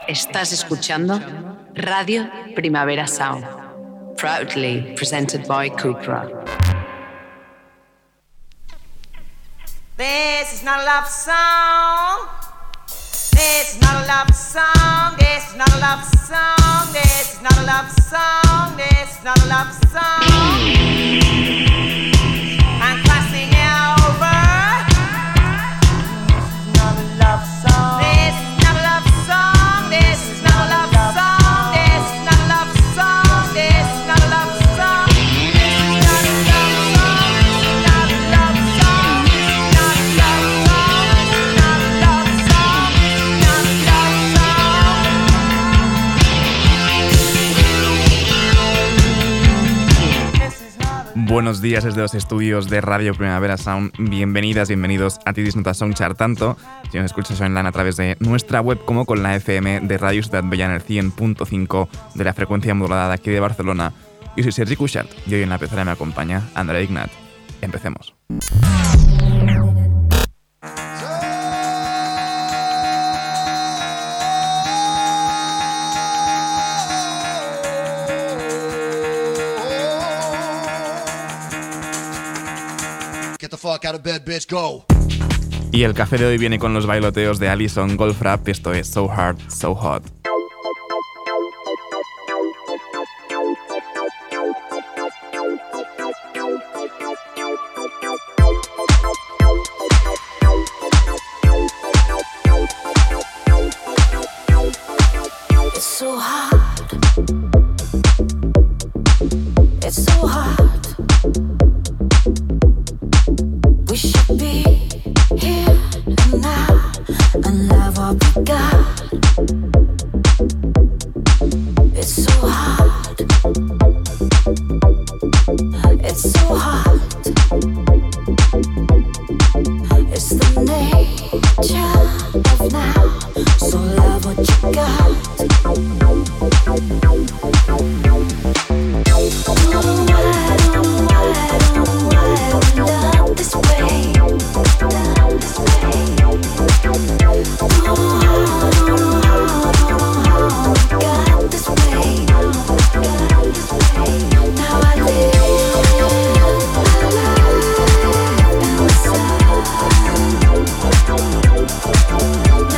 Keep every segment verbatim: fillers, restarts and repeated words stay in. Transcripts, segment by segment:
Estás escuchando Radio Primavera Sound, proudly presented by Cupra. This is not a love song. This is not a love song. This is not a love song. This is not a love song. This is not a love song. I'm crossing over. This is not a love song. This is not a love song. This is not a love song. This is not a love song. This is not a love song. Buenos días desde los estudios de Radio Primavera Sound. Bienvenidas, bienvenidos a Tidis Nota Soundchart, tanto si nos escuchas online a través de nuestra web como con la F M de Radio Ciudad Bella en el cien punto cinco de la frecuencia modulada de aquí de Barcelona. Yo soy Sergi Cuixart y hoy en la pecera me acompaña Andrea Ignat. Empecemos. Out of bed, bitch, go. Y el café de hoy viene con los bailoteos de Alison Goldfrapp. Esto es So Hard, So Hot. It's so hard. It's so hard. We should be here and now and love what we got. It's so hard. It's so hard. It's the nature of now. So love what you got.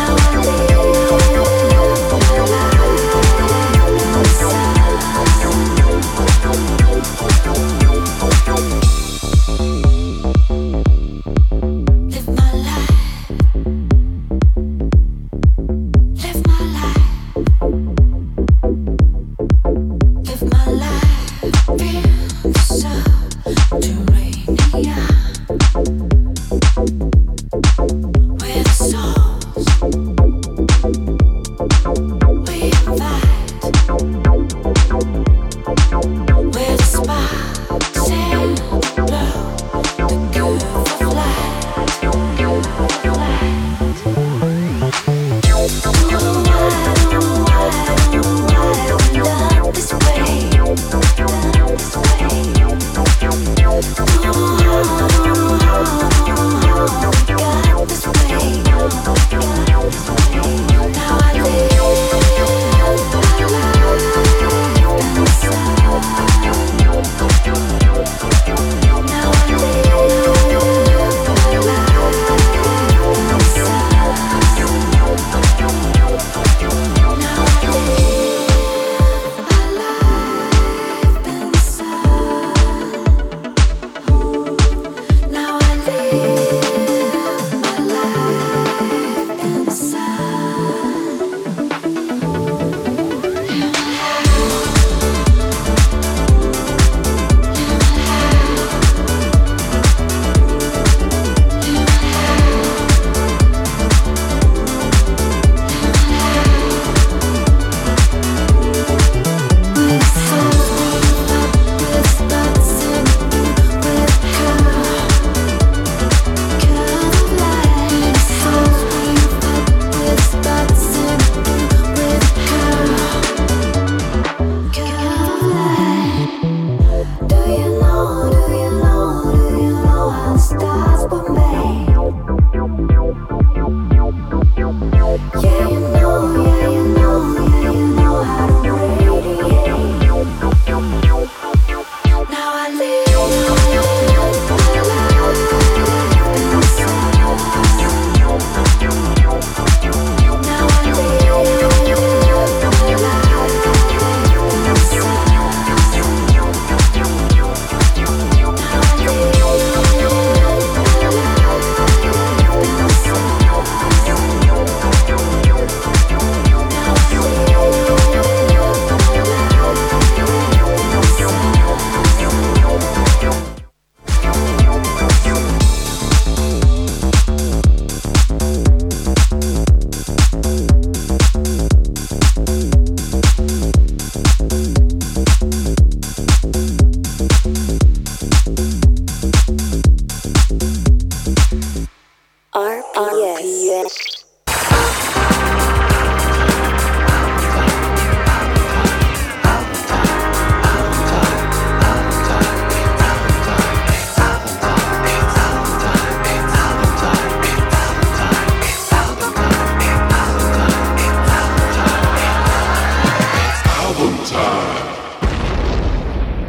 Now I live my life inside.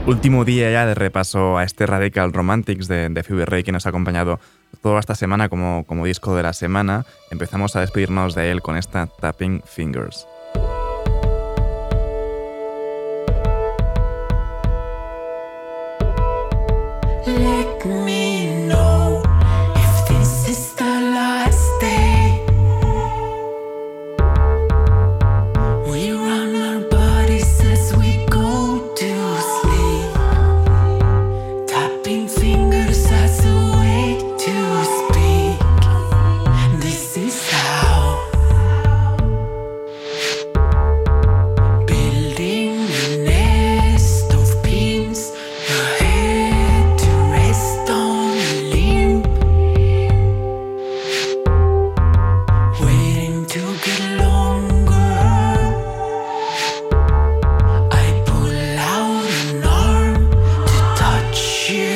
Último día ya de repaso a este Radical Romantics de, de Phoebe Ray, que nos ha acompañado toda esta semana como, como disco de la semana. Empezamos a despedirnos de él con esta Tapping Fingers. Let me know if this is the last day. We run our bodies as we go to sleep, tapping fingers as a way to speak. This is how. Building a nest of pins, your head to rest on a limb, waiting to get longer. I pull out an arm to touch you.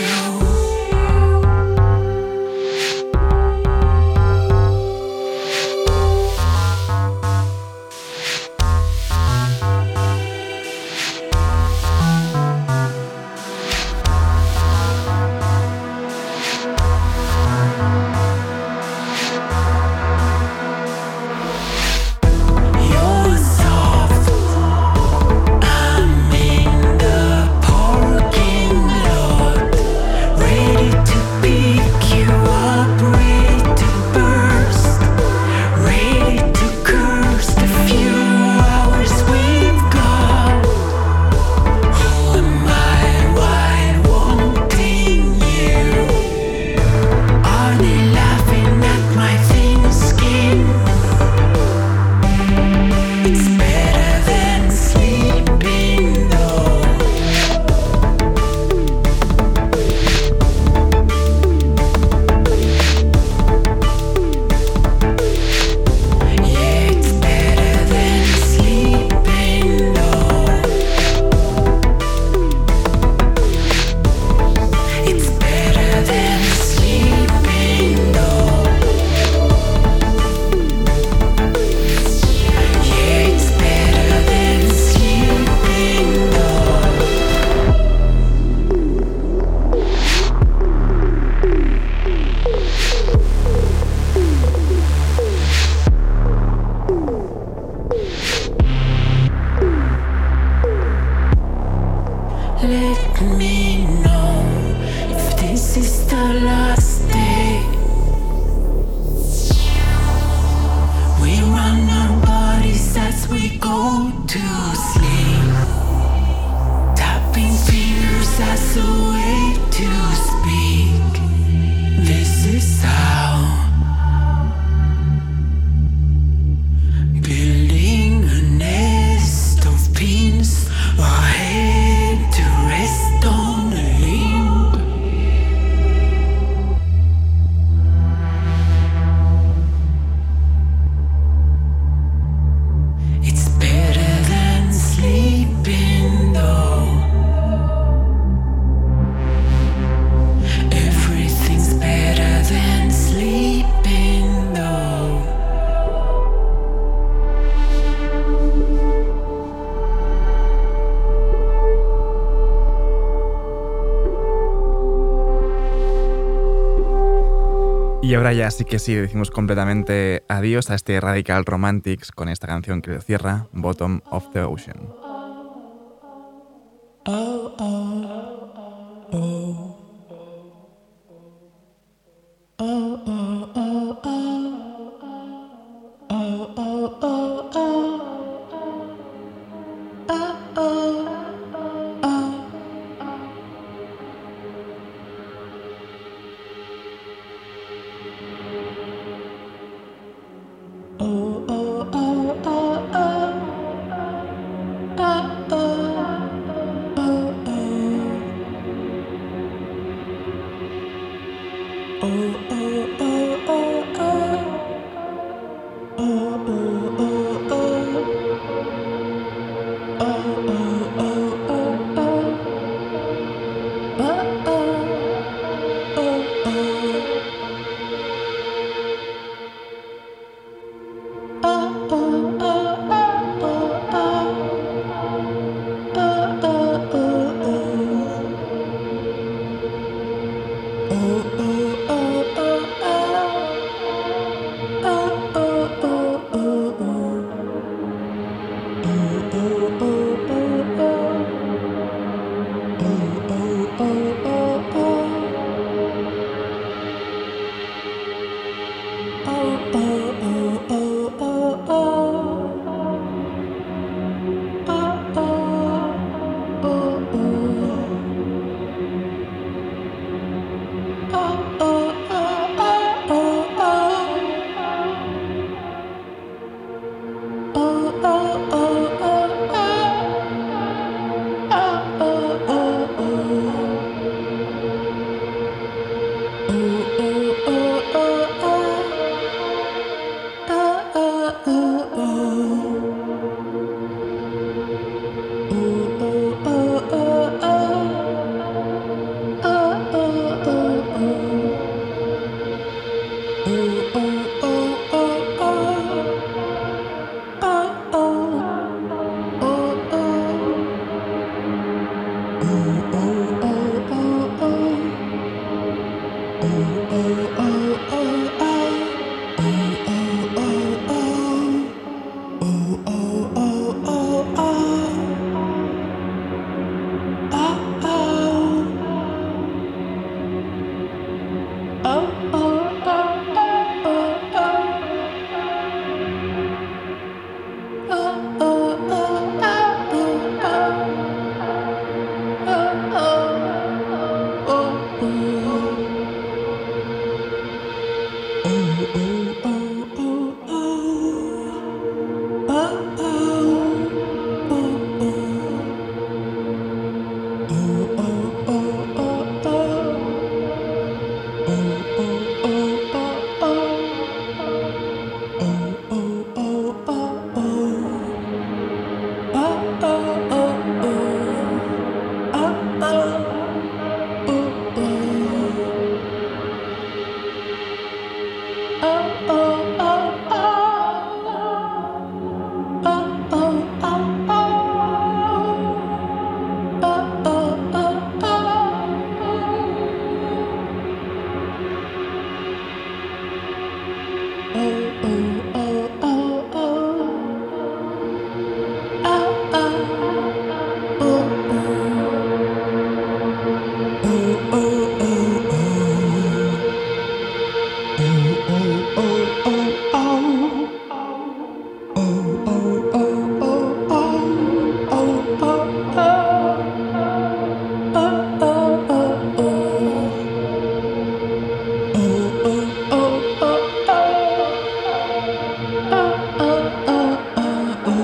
You're soft, I'm in the parking lot, ready to pick you up, ready to burst, ready to curse the few hours we've got. Who am I, why wanting you? Are they laughing at my thin skin? It's better than sleeping though. Yeah, it's better than sleeping though. It's better than sleeping though. Yeah, it's better than sleeping though. Let me know if this is the last day. We run our bodies as we go to sleep, tapping fingers as a way to speak. This is how. Building a nest of pins, a head to rest on a limb. It's better than sleeping though. Everything's better than sleeping though. Y ahora ya sí que sí, decimos completamente adiós a este Radical Romantics con esta canción que lo cierra, Bottom of the Ocean. Oh, oh, oh, oh, oh, oh, oh.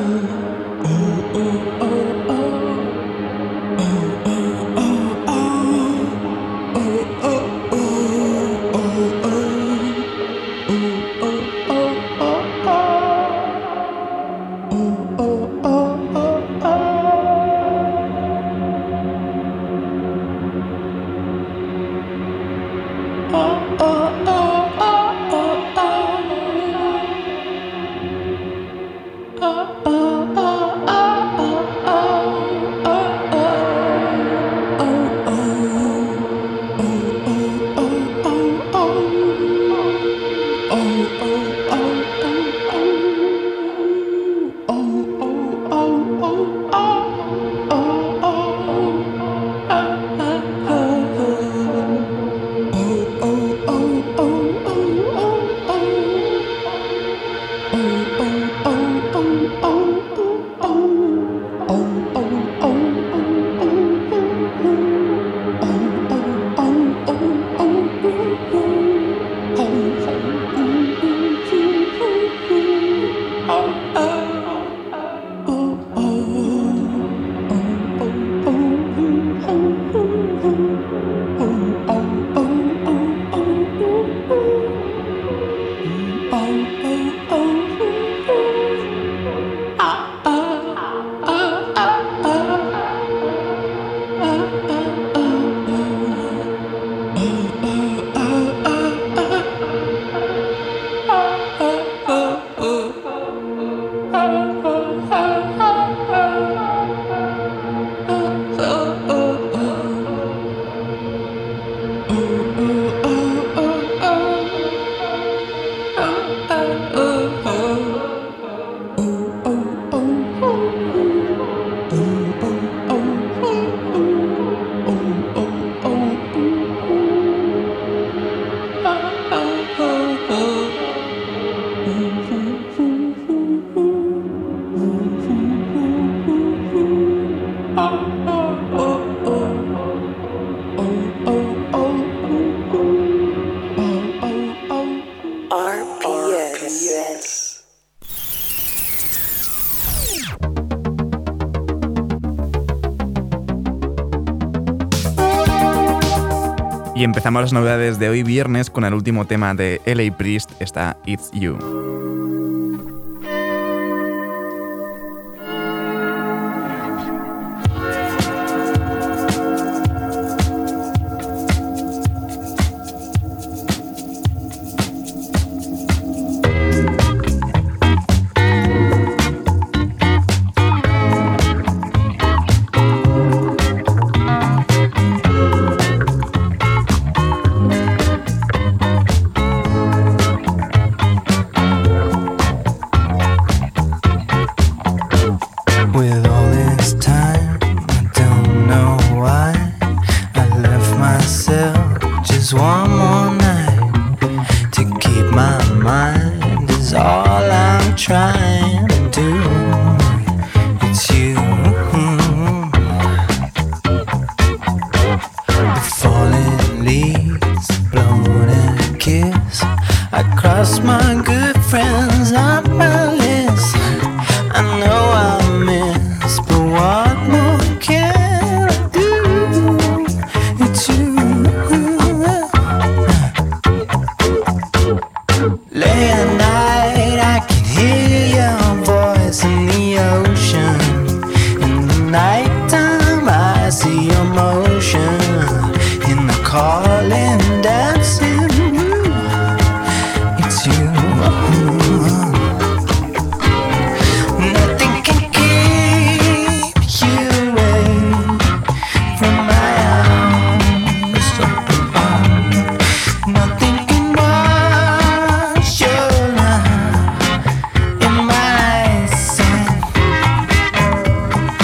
Y empezamos las novedades de hoy viernes con el último tema de L A Priest, está It's You.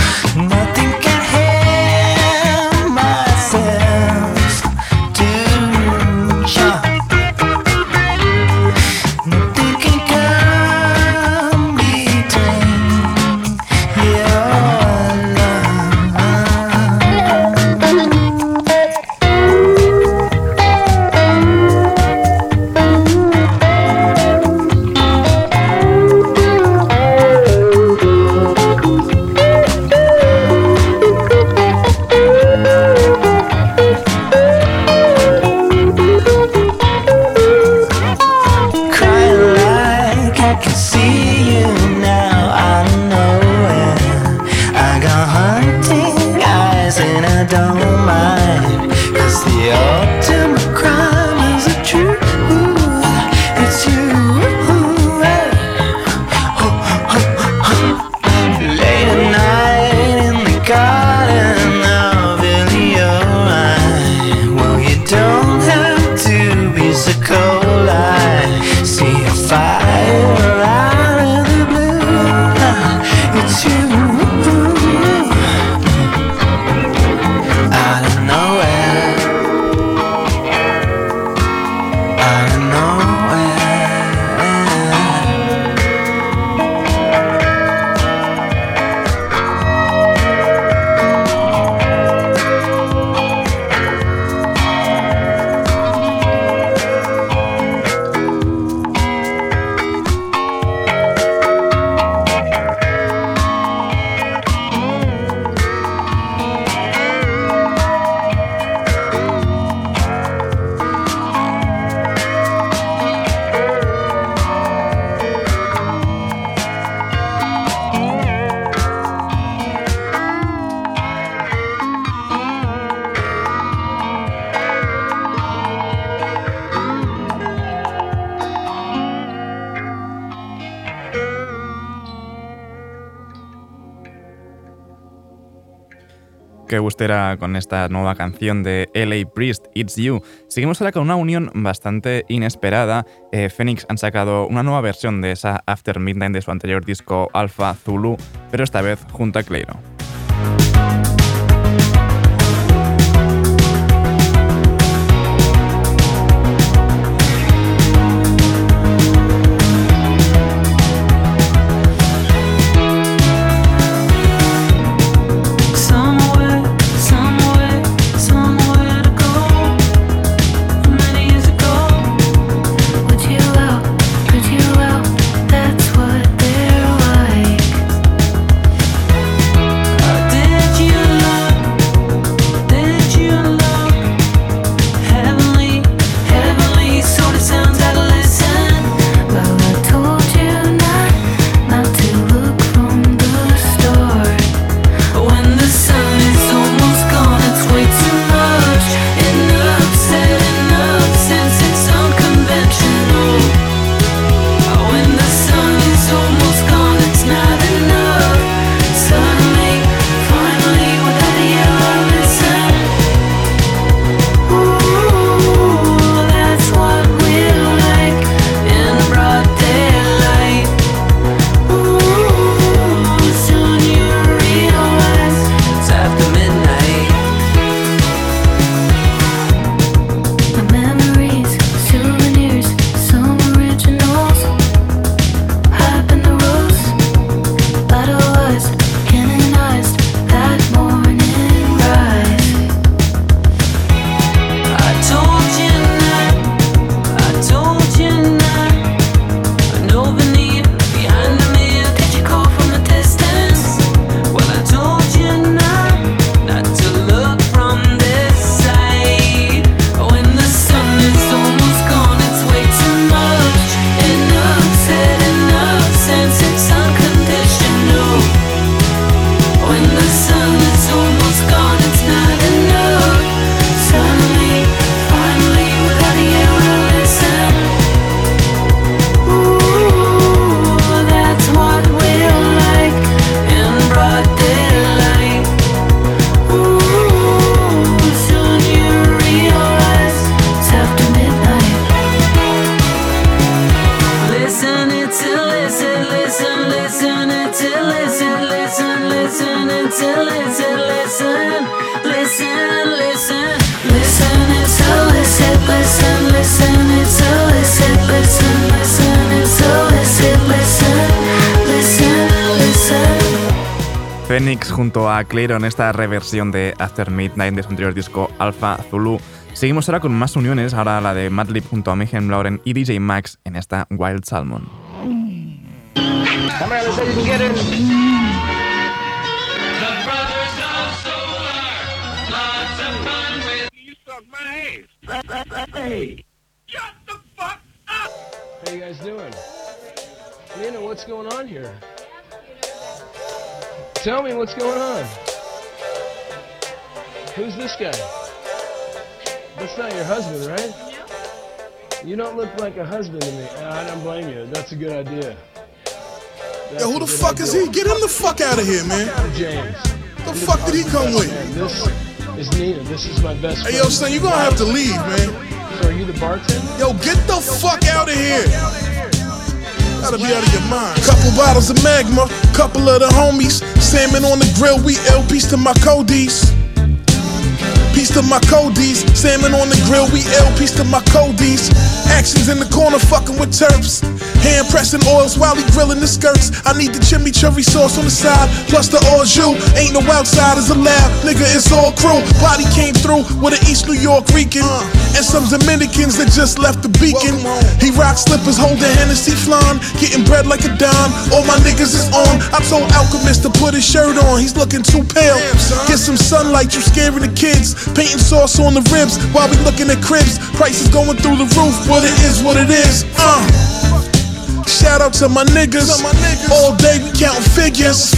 Do I don't mind, 'cause the ultimate crime is a truth. It's you. Late at night in the garden of Illinois. Well, you don't have to be so cold. I see a fire out of the blue. It's you. Out of nowhere. Out of nowhere. Qué gustera con esta nueva canción de L A Priest, It's You. Seguimos ahora con una unión bastante inesperada. Eh, Phoenix han sacado una nueva versión de esa After Midnight de su anterior disco Alpha Zulu, pero esta vez junto a Cleiro. Phoenix junto a Cleiro en esta reversión de After Midnight de su anterior disco Alpha Zulu. Seguimos ahora con más uniones, ahora la de Madlib junto a Mayhem Lauren y D J Max en esta Wild Salmon. Hey, shut the fuck up! How you guys doing? Nina, what's going on here? Tell me what's going on. Who's this guy? That's not your husband, right? You don't look like a husband to me. I don't blame you. That's a good idea. That's Yo, who the fuck idea. is he? Get him the fuck out of here, man. James. The fuck did he come with? Man, this is Nina. This is my best friend. Hey, yo, son, you gonna have to leave, man. So are you the bartender? Yo, get the fuck out of here. Gotta be out of your mind. Couple bottles of Magma, couple of the homies. Salmon on the grill, we L. Peace to my Codies. Peace to my Codies. Salmon on the grill, we L. Peace to my Codies. Actions in the corner, fucking with turps. Hand pressing oils while he grilling the skirts. I need the chimichurri sauce on the side, plus the au jus. Ain't no outsiders allowed, nigga, it's all crew. Body came through with an East New York Rican and some Dominicans that just left the beacon. He rock slippers, holding Hennessy flan, getting bread like a dime. All my niggas is on. I told Alchemist to put his shirt on. He's looking too pale. Get some sunlight, you scaring the kids. Painting sauce on the ribs while we looking at cribs. Prices going through the roof. What it is, what it is. Uh. Shout out to my niggas. All day we counting figures.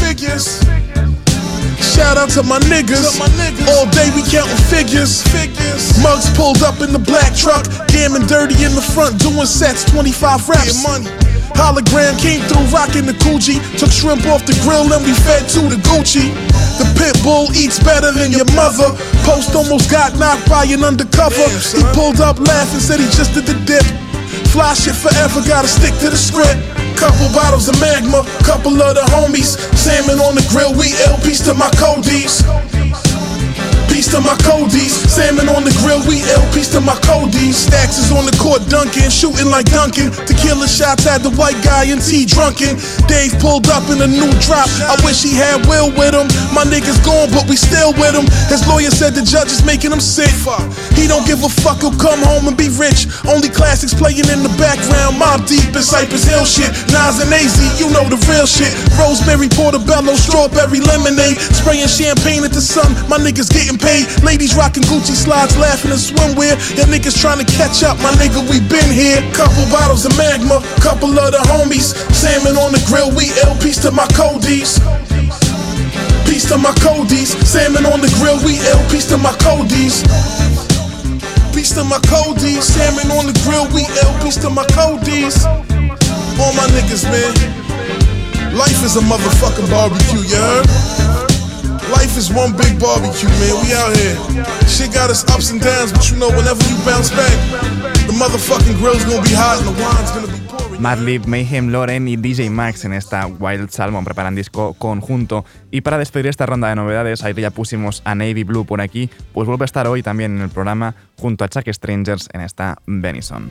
Shout out to my niggas. All day we counting figures. Mugs pulled up in the black truck, damn dirty in the front, doing sets, twenty-five reps. Hologram came through rocking the Coogi. Took shrimp off the grill and we fed to the Gucci. The pit bull eats better than your mother. Post almost got knocked by an undercover. He pulled up laughing, said he just did the dip. Fly shit forever, gotta stick to the script. Couple bottles of Magma, couple of the homies. Salmon on the grill, we L. Peace to my Codies. Peace to my Codies. Salmon on the grill, we L. Peace to my Codies. Stacks is on the court dunking, shooting like Duncan. Tequila shots at the white guy and T drunken. Dave pulled up in a new drop. I wish he had Will with him. My niggas gone, but we still with him. His lawyer said the judge is making him sick. He don't give a fuck, he'll come home and be rich. Only classics playing in the background. Mob Deep and Cypress Hill shit. Nas and A Z, you know the real shit. Rosemary, Portobello, strawberry lemonade. Spraying champagne at the sun, my niggas getting paid. Ladies rocking Gucci slides, laughing in swimwear. Y'all niggas trying to catch up, my nigga, we been here. Couple bottles of Magma, couple of the homies. Salmon on the grill, we L. Peace to my Codies. Peace to my Codies. Salmon on the grill, we L. Peace to my Codies. Peace to my Codies. Salmon on the grill, we L. Peace to my Codies. All my niggas, man. Life is a motherfucking barbecue, you heard? Life is one big barbecue, man. We out here. Shit got us ups and downs, but you know, whenever you bounce back, the motherfucking grill's gonna be hot and the wine's gonna be pouring. Madlib, Mayhem, Loren y D J Max en esta Wild Salmon preparan disco conjunto. Y para despedir esta ronda de novedades, ayer ya pusimos a Navy Blue por aquí, pues vuelve a estar hoy también en el programa junto a Chuck Strangers en esta Venison.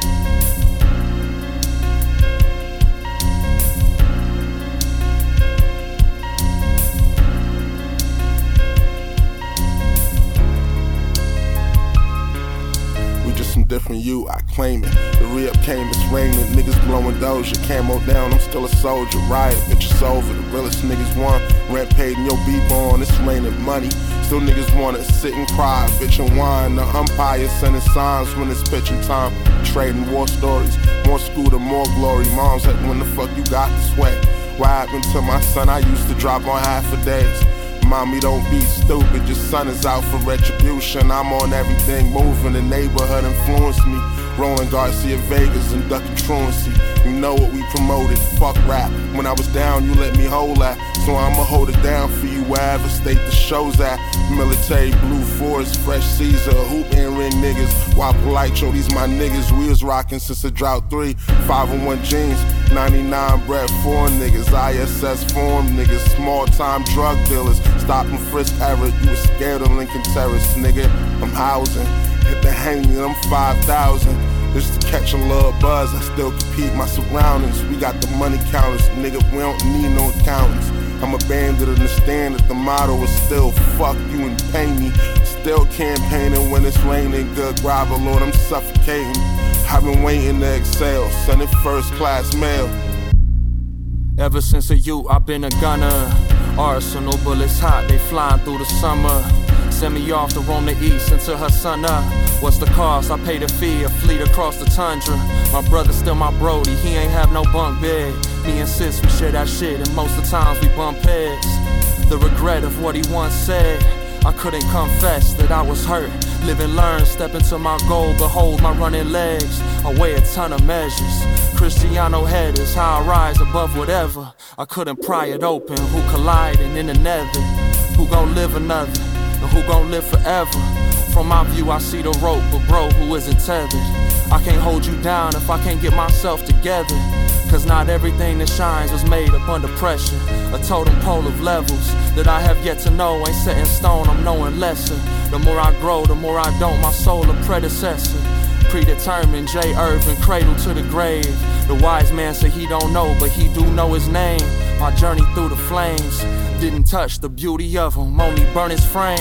Different you, I claim it. The re-up came, it's raining. Niggas blowing doja, camo down, I'm still a soldier. Riot, bitch, it's over. The realest niggas won. Rent paid and your beat on, it's raining money. Still niggas wanna sit and cry, bitch and whine. The umpire sending signs when it's pitching time. Trading war stories, more scooter, more glory. Mom's like, when the fuck you got this way? What happened to my son? I used to drop on half a days. Mommy, don't be stupid, your son is out for retribution. I'm on everything moving, the neighborhood influenced me. Rolling Garcia Vegas and ducking truancy. You know what we promoted, fuck rap. When I was down, you let me hold that. So I'ma hold it down for you wherever state the show's at. Military Blue Forest, Fresh Caesar, hoop and ring niggas. While polite, yo, these my niggas. We was rocking since the drought three. five oh one jeans, ninety-nine bread, four niggas. I S S form niggas, small time drug dealers. Stop and frisk error, you was scared of Lincoln Terrace, nigga. I'm housing, hit the hanging, I'm five thousand. Just to catch a little buzz, I still compete my surroundings. We got the money counters, nigga, we don't need no accountants. I'm a bandit, understand that the motto is still fuck you and pay me. Still campaigning when it's raining, good grabber, Lord, I'm suffocating. I've been waiting to exhale, sending first class mail. Ever since a youth, I've been a gunner. Arsenal bullets hot, they flying through the summer. Send me off to roam the east into her sun up. What's the cost? I pay the fee, a fleet across the tundra. My brother still my brody, he ain't have no bunk bed. Me and sis, we share that shit, and most of the times we bump heads. The regret of what he once said, I couldn't confess that I was hurt. Live and learn, step into my goal, behold my running legs. I weigh a ton of measures. Cristiano head is how I rise above whatever. I couldn't pry it open, who colliding in the nether? Who gon' live another, and who gon' live forever? From my view I see the rope, but bro, who isn't tethered? I can't hold you down if I can't get myself together. Cause not everything that shines was made up under pressure. A totem pole of levels that I have yet to know. Ain't set in stone, I'm knowing lesser. The more I grow, the more I don't, my soul a predecessor. Predetermined, J. Irvin, cradle to the grave. The wise man said he don't know, but he do know his name. My journey through the flames didn't touch the beauty of him, only burn his frame.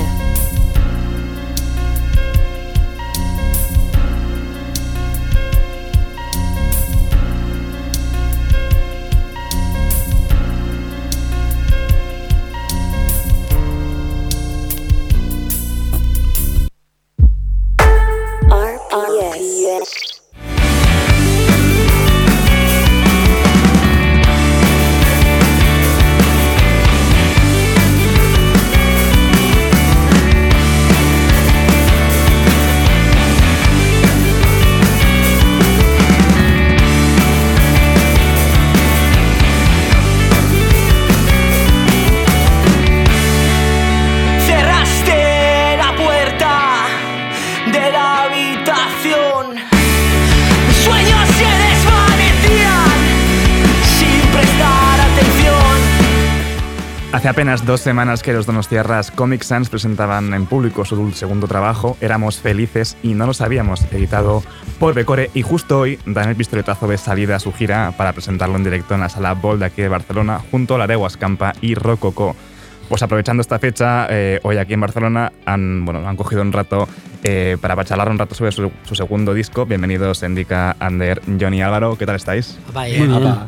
Hace apenas dos semanas que los donostiarras Comic Sans presentaban en público su segundo trabajo, Éramos Felices y no lo sabíamos, editado por Becore, y justo hoy dan el pistoletazo de salida a su gira para presentarlo en directo en la Sala Bold de aquí de Barcelona, junto a Larego Escampa y Rococó. Pues aprovechando esta fecha, eh, hoy aquí en Barcelona han, bueno, han cogido un rato eh, para charlar un rato sobre su, su segundo disco. Bienvenidos, Endika, Ander, Johnny, Álvaro, ¿qué tal estáis? Muy bien.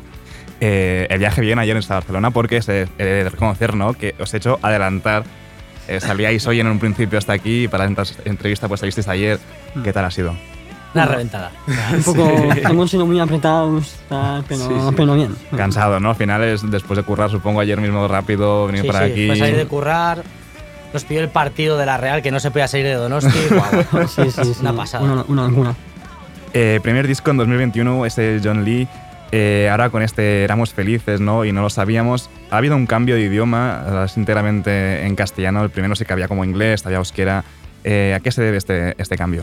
Eh, el viaje bien ayer en Barcelona porque se, he de reconocer, ¿no?, que os he hecho adelantar. Eh, salíais hoy en un principio hasta aquí y para la entrevista pues salisteis ayer. ¿Qué tal ha sido? Una reventada. Un poco, hemos sido muy apretados, pero, sí, sí. pero bien. Cansado, ¿no? Al final es después de currar, supongo, ayer mismo rápido, venir sí, para sí, aquí. Pues salir de currar, nos pidió el partido de la Real, que no se podía salir de Donosti. Guau, sí, sí, sí. Una pasada. Una, una locura. Eh, primer disco en dos mil veintiuno, ese John Lee. Eh, ahora con este Éramos Felices, ¿no?, y no lo sabíamos. Ha habido un cambio de idioma, es íntegramente en castellano. El primero sí que había como inglés, había euskera. Eh, ¿A qué se debe este, este cambio?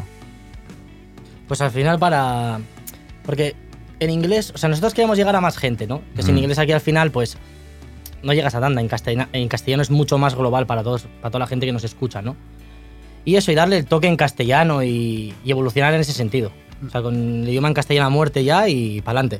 Pues al final para... Porque en inglés, o sea, nosotros queremos llegar a más gente, ¿no? Que mm. si en inglés aquí al final, pues no llegas a tanta. En castellano, en castellano es mucho más global para todos, para toda la gente que nos escucha, ¿no? Y eso, y darle el toque en castellano y, y evolucionar en ese sentido. O sea, con el idioma en castellano a muerte ya y pa'lante.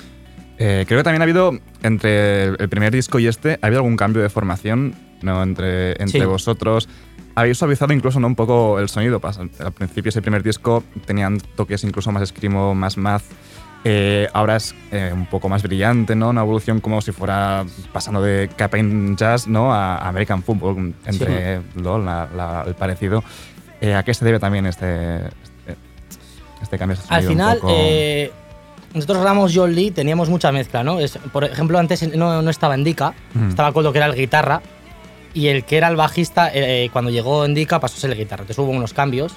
Eh, creo que también ha habido, entre el primer disco y este, ha habido algún cambio de formación, ¿no?, entre, entre sí. vosotros. Habéis suavizado incluso, ¿no?, un poco el sonido. Al principio ese primer disco tenían toques incluso más screamo, más math. Eh, ahora es eh, un poco más brillante, ¿no? Una evolución como si fuera pasando de Cap'n Jazz, ¿no?, a American Football, entre sí. ¿no? la, la, el parecido. Eh, ¿A qué se debe también este, este, este cambio de sonido? Al final, un poco... eh, nosotros éramos John Lee, teníamos mucha mezcla, ¿no? Es, por ejemplo, antes no, no estaba Endika, mm. estaba Coldo, que era el guitarra, y el que era el bajista, eh, cuando llegó Endika pasó a ser el guitarra. Entonces hubo unos cambios.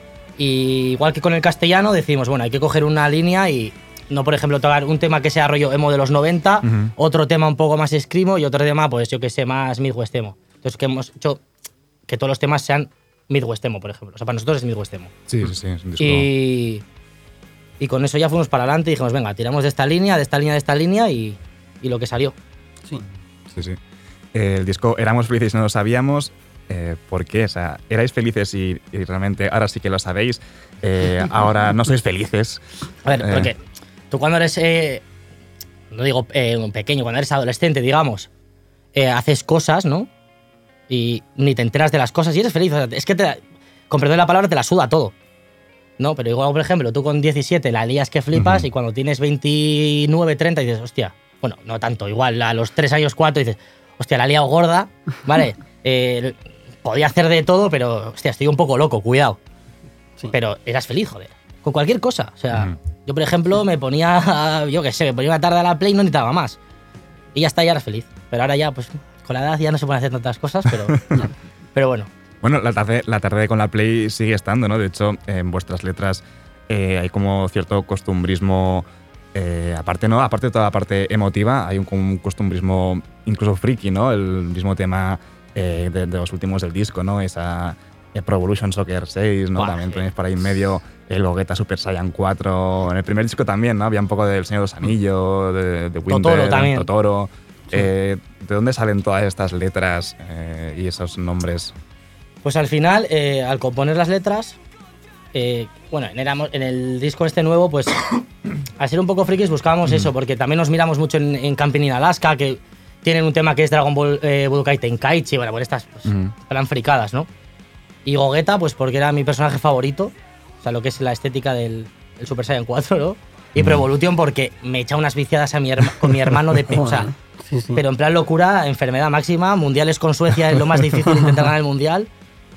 Y igual que con el castellano, decidimos, bueno, hay que coger una línea y no, por ejemplo, tocar un tema que sea rollo emo de los noventa, uh-huh. otro tema un poco más screamo y otro tema, pues yo que sé, más Midwest emo. Entonces, que hemos hecho que todos los temas sean Midwest emo, por ejemplo. O sea, para nosotros es Midwest emo. Sí, sí, sí. Es un disco. Y, y con eso ya fuimos para adelante y dijimos, venga, tiramos de esta línea, de esta línea, de esta línea y, y lo que salió. Sí. Sí, sí. Eh, el disco Éramos Felices y no lo sabíamos. Eh, ¿Por qué? O sea, erais felices y, y realmente ahora sí que lo sabéis. Eh, ahora no sois felices. A ver, eh. porque tú cuando eres, eh, no digo eh, pequeño, cuando eres adolescente, digamos, eh, haces cosas, ¿no? Y ni te enteras de las cosas y eres feliz. O sea, es que, te, con perdón de la palabra, te la suda todo. No, pero igual, por ejemplo, tú con diecisiete la lías que flipas uh-huh. y cuando tienes veintinueve, treinta dices, hostia, bueno, no tanto, igual a los tres años, cuatro dices, hostia, la he liado gorda, ¿vale? eh, podía hacer de todo, pero, hostia, estoy un poco loco, cuidado. Sí. Pero eras feliz, joder, con cualquier cosa. O sea, uh-huh. yo, por ejemplo, me ponía, yo qué sé, me ponía una tarde a la Play y no necesitaba más. Y ya está, ya eras feliz. Pero ahora ya, pues, con la edad ya no se pueden hacer tantas cosas, pero, pero bueno. Bueno, la tarde, la tarde con la Play sigue estando, ¿no? De hecho, en vuestras letras eh, hay como cierto costumbrismo, eh, aparte, ¿no? Aparte de toda la parte emotiva, hay un, un costumbrismo incluso friki, ¿no? El mismo tema eh, de, de los últimos del disco, ¿no? Esa eh, Pro Evolution Soccer seis, ¿no? Buah, También sí. tenéis por ahí en medio el Gogeta Super Saiyan cuatro. En el primer disco también, ¿no? Había un poco del Señor de los Anillos, de, de Winter, Totoro también. Totoro. Eh, ¿De dónde salen todas estas letras eh, y esos nombres? Pues al final, eh, al componer las letras, eh, bueno, en, éramos- en el disco este nuevo, pues al ser un poco frikis buscábamos eso, porque también nos miramos mucho en, en Camping in Alaska, que tienen un tema que es Dragon Ball eh, Budokai Tenkaichi, bueno, por estas pues, Ujú. eran fricadas, ¿no? Y Gogeta, pues porque era mi personaje favorito, o sea, lo que es la estética del, del Super Saiyan cuatro, ¿no? Y Pro Evolution porque me echa unas viciadas a mi herma- con mi hermano de pe- o sea, Sí, sí. pero en plan locura, enfermedad máxima, mundiales con Suecia es lo más difícil intentar ganar el mundial.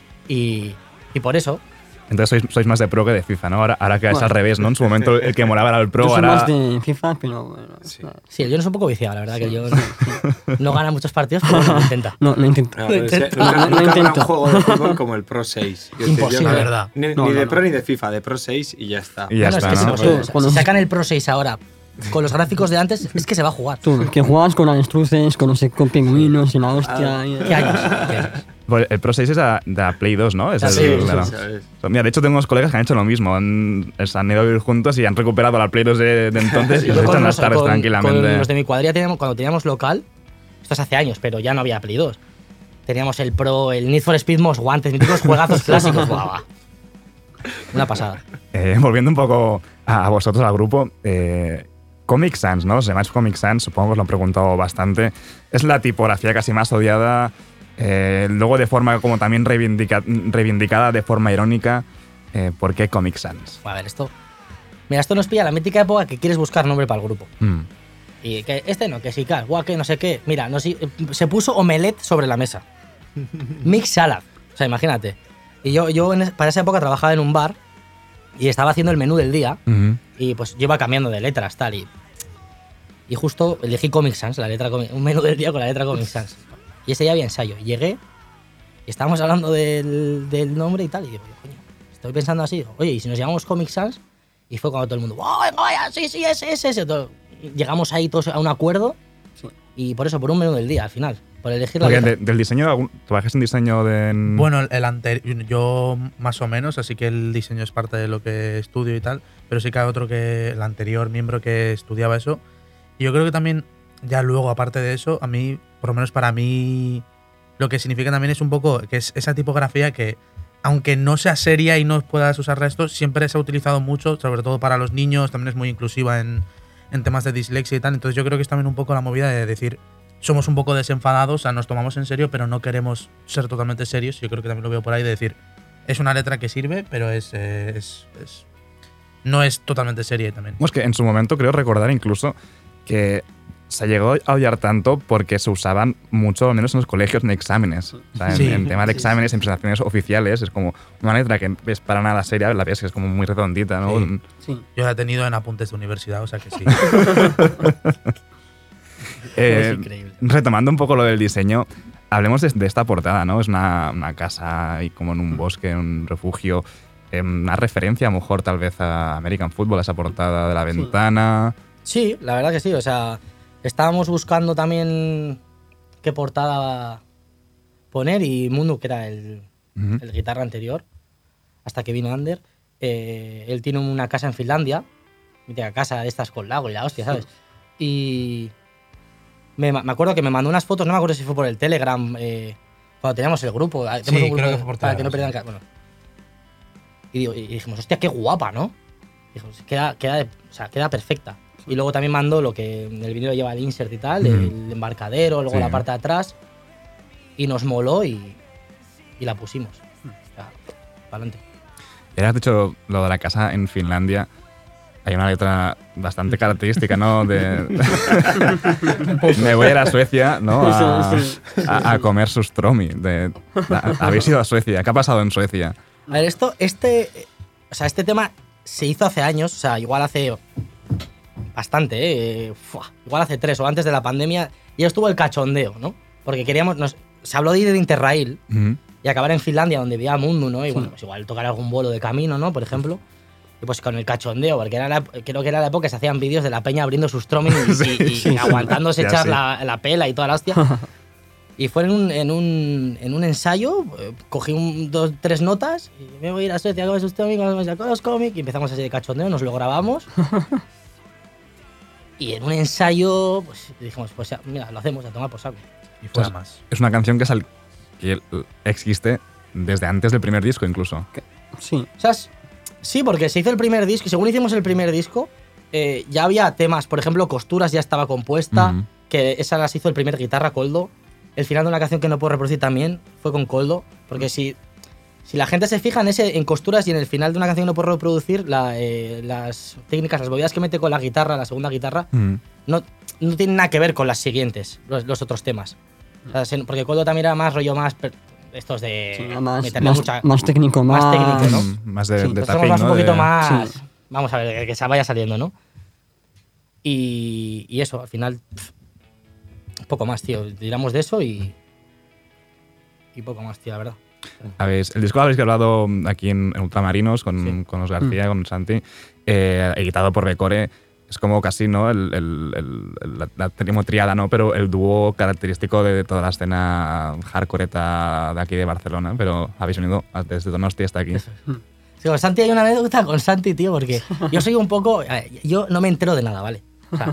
Y, y por eso. Entonces sois, sois más de pro que de FIFA, ¿no? Ahora, ahora que es Bueno. al revés, ¿no? En su momento el que molaba era el pro, Yo soy ahora… más de FIFA, pero bueno. Sí. nada. Sí, el John es un poco viciado, la verdad, que el John no gana muchos partidos, pero bueno, lo intenta. No, lo intento. No, Lo pero es que intento. nunca, Lo nunca habrá un intento. juego de fútbol como el Pro seis. Yo te- yo Imposible. no- La verdad. Ni, No, ni no, de no. Pro ni de FIFA, de Pro seis y ya está. Y ya No, no, está, es que ¿no? si, Pues- si cuando- sacan el Pro seis ahora con los gráficos de antes, es que se va a jugar. Tú, que jugabas con avestruces, con, no sé, con pingüinos y la hostia. y- ¿Qué años? ¿Qué años? Pues el Pro seis es a- de la Play dos, ¿no? Es Ah, el- sí, sí, claro. sí, ¿sabes? Mira, de hecho tengo unos colegas que han hecho lo mismo. Han, se han ido a vivir juntos y han recuperado la Play dos de, de entonces y Yo los con echan las los- tardes con- tranquilamente. Con los de mi cuadrilla, teníamos, cuando teníamos local, esto es hace años, pero ya no había Play dos. Teníamos el Pro, el Need for Speed Most Guantes, míticos juegazos clásicos. Buah, buah. Una pasada. Eh, volviendo un poco a, a vosotros, al grupo, eh, Comic Sans, ¿no? Os llamáis Comic Sans, supongo que os lo he preguntado bastante. Es la tipografía casi más odiada, eh, luego de forma como también reivindica- reivindicada de forma irónica. Eh, ¿Por qué Comic Sans? A ver, esto. Mira, esto nos pilla la mítica época que quieres buscar nombre para el grupo. Mm. Y que este no, que sí, claro, guau, que no sé qué. Mira, no sé, se puso omelette sobre la mesa. Mix salad. O sea, imagínate. Y yo, yo en es- para esa época trabajaba en un bar y estaba haciendo el menú del día. Ujú. Y pues yo iba cambiando de letras, tal. Y, y justo elegí Comic Sans, la letra Comic- un menú del día con la letra Comic Sans. Y ese día había ensayo. Y llegué y estábamos hablando del, del nombre y tal. Y digo, coño, estoy pensando así. Digo, oye, ¿y si nos llamamos Comic Sans? Y fue cuando todo el mundo, ¡oh, venga, vaya! Sí, sí, ese, ese, ese. Todo. Llegamos ahí todos a un acuerdo. Y por eso, por un menú del día, al final. Por elegir la Porque letra. de- del diseño, algún- ¿trabajas en diseño de...? en- Bueno, el anterior, yo más o menos, así que el diseño es parte de lo que estudio y tal, pero sí que hay otro que, el anterior miembro que estudiaba eso. Y yo creo que también, ya luego, aparte de eso, a mí, por lo menos para mí, lo que significa también es un poco que es esa tipografía que, aunque no sea seria y no puedas usar esto, siempre se ha utilizado mucho, sobre todo para los niños, también es muy inclusiva en, en temas de dislexia y tal. Entonces yo creo que es también un poco la movida de decir, somos un poco desenfadados, o sea, nos tomamos en serio, pero no queremos ser totalmente serios. Yo creo que también lo veo por ahí de decir, es una letra que sirve, pero es, eh, es, es- no es totalmente seria también. Es que en su momento creo recordar incluso que se llegó a odiar tanto porque se usaban mucho, al menos en los colegios, en exámenes. O sea, en, Sí. en tema de Sí, exámenes, en presentaciones oficiales, es como una letra que es para nada seria, la ves que es como muy redondita, ¿no? Sí. Sí. Yo la he tenido en apuntes de universidad, o sea que sí. Eh, Es increíble. retomando un poco lo del diseño, hablemos de, de esta portada, ¿no? Es una, una casa ahí como en un bosque, en un refugio. eh, una referencia, a lo mejor, tal vez a American Football, esa portada de la ventana. Sí, la verdad que sí. O sea, estábamos buscando también qué portada poner y Mundu, que era el, Ujú. el guitarra anterior, hasta que vino Ander, eh, él tiene una casa en Finlandia, mítica casa de estas con lago y la hostia, ¿sabes? Y me, me acuerdo que me mandó unas fotos, no me acuerdo si fue por el Telegram, eh, cuando teníamos el grupo. Sí, tenemos un creo grupo que fue por para que no Telegram, perdieran ca- bueno. Y, digo- y dijimos, hostia, qué guapa, ¿no? Dijimos, queda, queda, de- o sea, queda perfecta. Y luego también mandó lo que el vinilo lleva el insert y tal, Ujú. el embarcadero, luego Sí. la parte de atrás. Y nos moló y, y la pusimos. O sea, para adelante. Y ahora has dicho lo de la casa en Finlandia. Hay una letra bastante característica, ¿no? De me voy a ir a Suecia, ¿no? A, a- a comer sustromi. De, a- habéis ido a Suecia. ¿Qué ha pasado en Suecia? A ver, esto, este, o sea, este tema se hizo hace años, o sea, igual hace bastante, ¿eh? Fua, igual hace tres o antes de la pandemia, y estuvo el cachondeo, ¿no? Porque queríamos, nos, se habló de ir de Interrail, Ujú. y acabar en Finlandia, donde vivía Mundu, ¿no? Y bueno, pues igual tocar algún vuelo de camino, ¿no? Por ejemplo. Y pues con el cachondeo, porque era la, creo que era la época que se hacían vídeos de la peña abriendo sus troming y, y, y, Sí, y aguantándose ya echar sí. la, la pela y toda la hostia. Y fue en un, en un, en un ensayo, eh, cogí un, dos, tres notas y me voy a ir a Suecia, hago sus troming, hago los cómics y empezamos así de cachondeo, nos lo grabamos. Y en un ensayo, pues dijimos, pues ya, mira, lo hacemos, a tomar por saco. Y fuera Pues, más. Es una canción que, sal- que existe desde antes del primer disco, incluso. Sí. O sea, es- sí, porque se hizo el primer disco, y según hicimos el primer disco, eh, ya había temas, por ejemplo, Costuras ya estaba compuesta, Ujú. que esa las hizo el primer guitarra, Coldo. El final de una canción que no puedo reproducir también fue con Coldo, porque si, si la gente se fija en, ese, en Costuras y en el final de una canción que no puedo reproducir, la, eh, las técnicas, las movidas que mete con la guitarra, la segunda guitarra, Mm. no, no tienen nada que ver con las siguientes, los, los otros temas. O sea, se- porque Coldo también era más rollo más... per- estos de Sí, más, meterle más, mucha- más técnico, más, más técnico, ¿no? Mm, Más de, Sí. de Nosotros tapping, somos más un ¿no? poquito De- más. Sí. Vamos a ver, que se vaya saliendo, ¿no? Y, y eso, al final. pff, poco más, tío. Tiramos de eso y. Y poco más, tío, la verdad. Habéis- el disco lo habéis grabado aquí en, en Ultramarinos con, Sí. con Os García, con Santi, eh, editado por Becore. Es como casi, ¿no? El, el, el- el- la, la tenemos triada, ¿no? Pero el dúo característico de toda la escena hardcoreta de aquí de Barcelona. Pero habéis venido desde Donosti hasta aquí. Sí, con Santi hay una anécdota con Santi, tío, porque yo soy un poco. a ver, Yo no me entero de nada, ¿vale? O sea,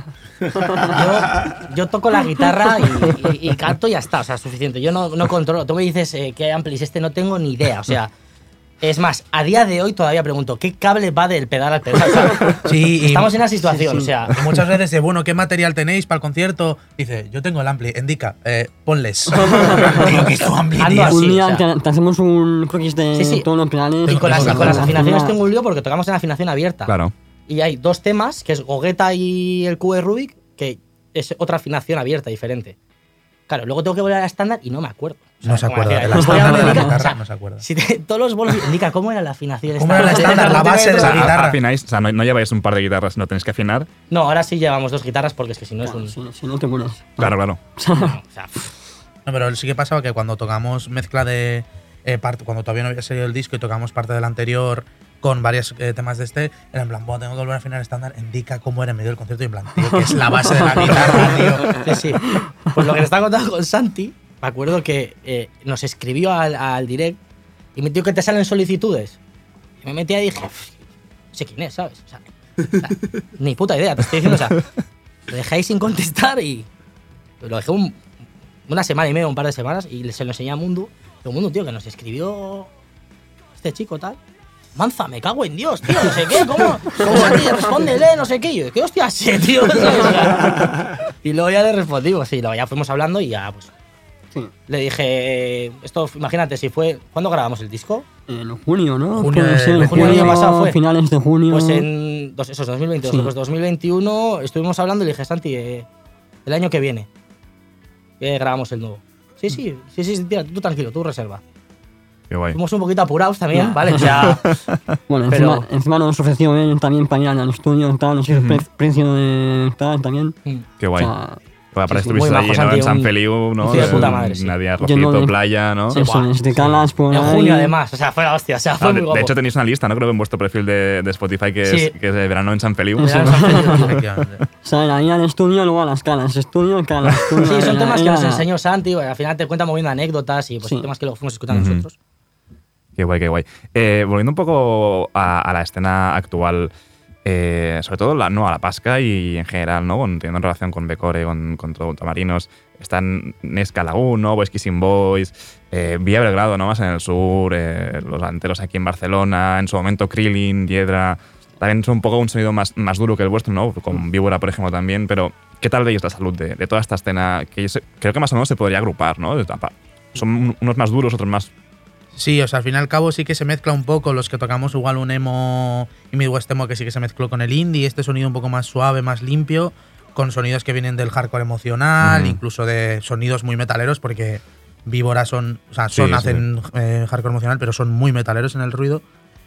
yo, yo toco la guitarra y, y- y canto y ya está, o sea, suficiente. Yo no, no controlo. Tú me dices eh, qué amplis este, no tengo ni idea, o sea. Es más, a día de hoy todavía pregunto, ¿qué cable va del pedal al pedal? O sea, Sí, y- estamos en una situación, sí, o sí. sea. Y muchas veces de, bueno, ¿qué material tenéis para el concierto? Dice, yo tengo el ampli, indica, eh, ponles. Digo, ¿qué es tu ampli, Ando tío? así, un día o sea. te, te hacemos un croquis de Sí, sí. todos los pedales. Y con las, y con las Al afinaciones final- tengo un lío porque tocamos en afinación abierta. Claro. Y hay dos temas, que es Gogeta y el Q de Rubik, que es otra afinación abierta, diferente. Claro, luego tengo que volver a la estándar y no me acuerdo. O sea, No se como acuerda decía, de la pues voy a estándar de la indicar- guitarra, o sea, no se acuerda. Si te- todos los bolos indica cómo era la afinación. ¿Cómo era la estándar? La base de O la sea, guitarra. afináis, o sea, no, no lleváis un par de guitarras, no tenéis que afinar. No, ahora sí llevamos dos guitarras porque es que si no es un. Si, si no te mueres. Claro, claro. No, o sea, No, pero sí que pasaba que cuando tocamos mezcla de. eh, parte, cuando todavía no había salido el disco y tocamos parte del anterior con varios eh, temas de este, era en plan, "Buah, tengo que volver a afinar estándar, indica cómo era en medio del concierto", y en plan, tío, que es la base de la guitarra, tío. Sí, sí. Pues lo que le estaba contando con Santi, me acuerdo que eh, nos escribió al, al direct y me dijo que te salen solicitudes. Y me metí y dije, "Pff, no sé quién es, ¿sabes? O sea, o sea, ni puta idea, te estoy diciendo. O sea, lo dejáis sin contestar y lo dejé un- una semana y media, un par de semanas, y se lo enseñé a Mundu. Digo, Mundu, tío, que nos escribió este chico tal. Manza, me cago en Dios, tío, no sé qué, ¿cómo? ¿Cómo tío? Respóndele, no sé qué. Y yo, ¿qué hostia sé, tío? ¿Sabes? O sea, y luego ya le respondimos, sí, luego ya fuimos hablando y ya, pues. Sí. Le dije, esto, imagínate, si fue. ¿Cuándo grabamos el disco? En junio, ¿no? Junio Puede de- ser, de junio del año pasado fue. finales de junio. Pues en. Dos, eso es dos mil veintidós. Sí. Pues dos mil veintiuno estuvimos hablando y le dije, Santi, eh, el año que viene. Que grabamos el nuevo. Sí, sí, sí, sí, tira, tú tranquilo, tú reserva. Qué guay. Fuimos un poquito apurados también, ¿vale? O sea. Bueno, pero- encima, encima nos ofreció él también para ir al estudio y tal, no sé el pre- precio de tal también. Qué guay. O sea, Para, para sí, sí, estuviste muy allí, majo, ¿no? Santi, En San un- Feliu, ¿no? un tío de En puta madre, sí. Nadia, Yendo Rocito, de- playa, ¿no? eso, Buah, desde Calas por En ahí. junio, además. O sea, fue la hostia. O sea, fue Ah, muy de, guapo. de hecho, tenéis una lista, ¿no? Creo en vuestro perfil de, de Spotify que, Sí. es, que es de verano en San Feliu. Verano en San Feliu. Efectivamente. O sea, ahí al estudio, luego a las Calas. Estudio, Calas. Estudio, Sí, son era- temas que nos era- enseñó Santi. Al final te cuenta moviendo anécdotas y pues Sí. temas que luego fuimos escuchando Ujú. nosotros. Qué guay, qué guay. Eh, volviendo un poco a, a la escena actual, eh, sobre todo la, no, a la Pasca y en general, ¿no? Con, teniendo en relación con Becore, con, con todo Ultramarinos, están Nesca Lagoon, ¿no? Boys Kissing Boys, eh, Vía Belgrado, ¿no? Más en el sur, eh, los delanteros aquí en Barcelona, en su momento Krillin, Hiedra. También son un poco un sonido más, más duro que el vuestro, ¿no? Con Víbora, por ejemplo, también. Pero, ¿qué tal veis la salud de, de toda esta escena? Que yo sé- creo que más o menos se podría agrupar, ¿no? Son unos más duros, otros más. Sí, o sea, al fin y al cabo sí que se mezcla un poco los que tocamos igual un emo y Midwest emo que sí que se mezcló con el indie, este sonido un poco más suave, más limpio, con sonidos que vienen del hardcore emocional, Ujú. incluso de sonidos muy metaleros, porque Víbora son, o sea, son Sí, sí. hacen eh, hardcore emocional, pero son muy metaleros en el ruido.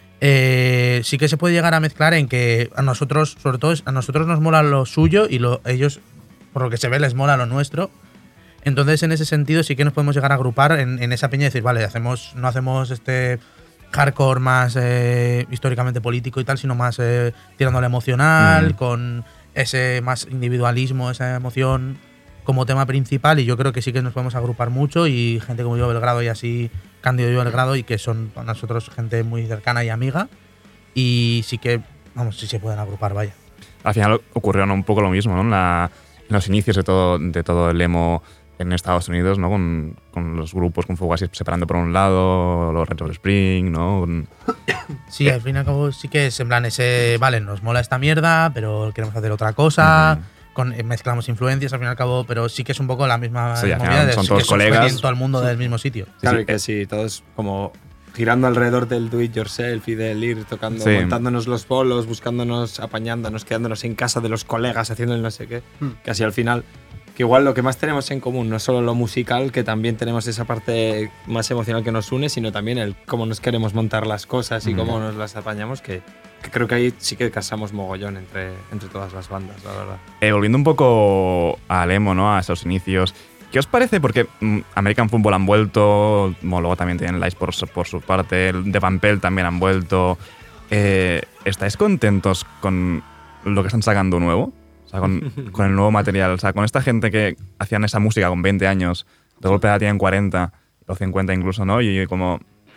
Eh, sí que se puede llegar a mezclar en que a nosotros, sobre todo, a nosotros nos mola lo suyo y lo, ellos, por lo que se ve, les mola lo nuestro. Entonces, en ese sentido, sí que nos podemos llegar a agrupar en, en esa peña y decir, vale, hacemos, no hacemos este hardcore más eh, históricamente político y tal, sino más eh, tirando al emocional, mm. con ese más individualismo, esa emoción como tema principal, y yo creo que sí que nos podemos agrupar mucho, y gente como yo Belgrado y así, Cándido y yo Belgrado, y que son para nosotros gente muy cercana y amiga, y sí que, vamos, sí se pueden agrupar, vaya. Al final ocurrió, ¿no?, un poco lo mismo, ¿no? En, la, en los inicios de todo, de todo el emo en Estados Unidos, ¿no? Con, con los grupos con Fugazi separando por un lado, los Retro Spring, ¿no? Con, sí, al fin y al cabo sí que es en plan ese, vale, nos mola esta mierda, pero queremos hacer otra cosa. Uh-huh. Con, mezclamos influencias al fin y al cabo, pero sí que es un poco la misma sí, movida de son todos que colegas, todo el mundo del mismo sitio. Claro, sí, sí. que sí, todos como girando alrededor del do it yourself y del ir tocando, sí. montándonos los bolos, buscándonos, apañándonos, quedándonos en casa de los colegas, haciendo el no sé qué. Hmm. Casi al final, que igual lo que más tenemos en común no es solo lo musical, que también tenemos esa parte más emocional que nos une, sino también el cómo nos queremos montar las cosas y hmm. cómo nos las apañamos, que que creo que ahí sí que casamos mogollón entre, entre todas las bandas, la verdad. Eh, volviendo un poco al emo, ¿no?, a esos inicios, ¿qué os parece? Porque mm, American Football han vuelto, bueno, luego también tienen Lice por, por su parte, The Van Pelt también han vuelto. Eh, ¿Estáis contentos con lo que están sacando nuevo? O sea, con, con el nuevo material. O sea, con esta gente que hacían esa música con veinte años, de golpe ya tienen cuarenta o cincuenta incluso, ¿no? Y como...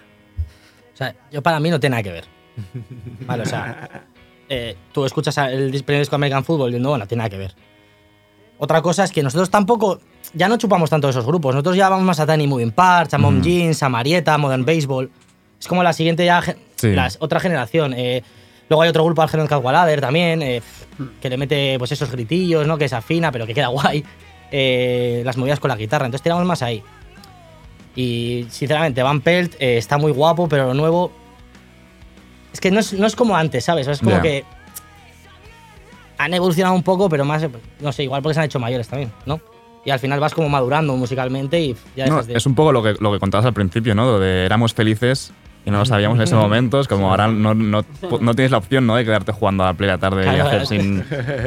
O sea, yo para mí no tiene nada que ver. Vale, o sea, eh, tú escuchas el primer disco de American Football y no, bueno, tiene nada que ver. Otra cosa es que nosotros tampoco, ya no chupamos tanto de esos grupos. Nosotros ya vamos más a Tiny Moving Parts, a Mom mm. Jeans, a Marietta, Modern Baseball. Es como la siguiente ya, sí. la otra generación. Eh, luego hay otro grupo, Algernon Cadwallader también, eh, que le mete pues esos gritillos, ¿no? Que se afina, pero que queda guay. Eh, las movidas con la guitarra. Entonces tiramos más ahí. Y sinceramente, Van Pelt eh, está muy guapo, pero lo nuevo... Es que no es, no es como antes, ¿sabes? Es como yeah. que han evolucionado un poco, pero más, no sé, igual porque se han hecho mayores también, ¿no? Y al final vas como madurando musicalmente y ya no, dejas de... Es un poco lo que, lo que contabas al principio, ¿no? Lo de éramos felices y no lo sabíamos en ese momento. Es como ahora no, no, no tienes la opción, ¿no?, de quedarte jugando a la play a la tarde claro, y hacer sin...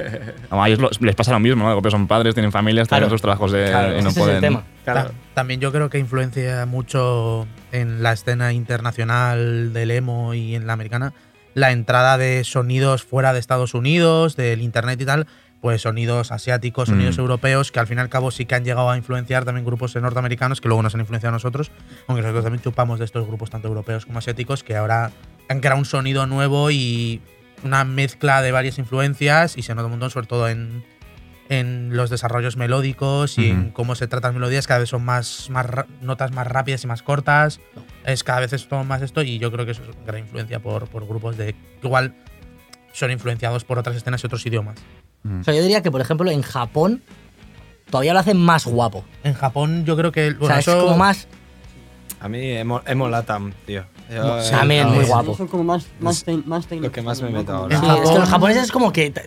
A ellos les pasa lo mismo, ¿no? Porque son padres, tienen familias, tienen claro. sus trabajos de, claro, y no ese pueden... Es el tema. Claro. También yo creo que influencia mucho en la escena internacional del emo y en la americana la entrada de sonidos fuera de Estados Unidos, del internet y tal, pues sonidos asiáticos, sonidos mm. europeos, que al fin y al cabo sí que han llegado a influenciar también grupos norteamericanos, que luego nos han influenciado a nosotros, aunque nosotros también chupamos de estos grupos tanto europeos como asiáticos, que ahora han creado un sonido nuevo y una mezcla de varias influencias, y se nota un montón, sobre todo en, en los desarrollos melódicos y mm-hmm. en cómo se tratan melodías, cada vez son más, más notas más rápidas y más cortas. Es cada vez es todo más esto, y yo creo que eso es una gran influencia por, por grupos de igual son influenciados por otras escenas y otros idiomas. Mm. O sea, yo diría que, por ejemplo, en Japón todavía lo hacen más guapo. En Japón yo creo que... Bueno, o sea, eso, es como más... A mí emo, emo Latam, tío. Yo, sí, también, muy guapo. Son como más, más, te, más técnicos. Lo que más me meto ahora. Sí, es que los japoneses es como que...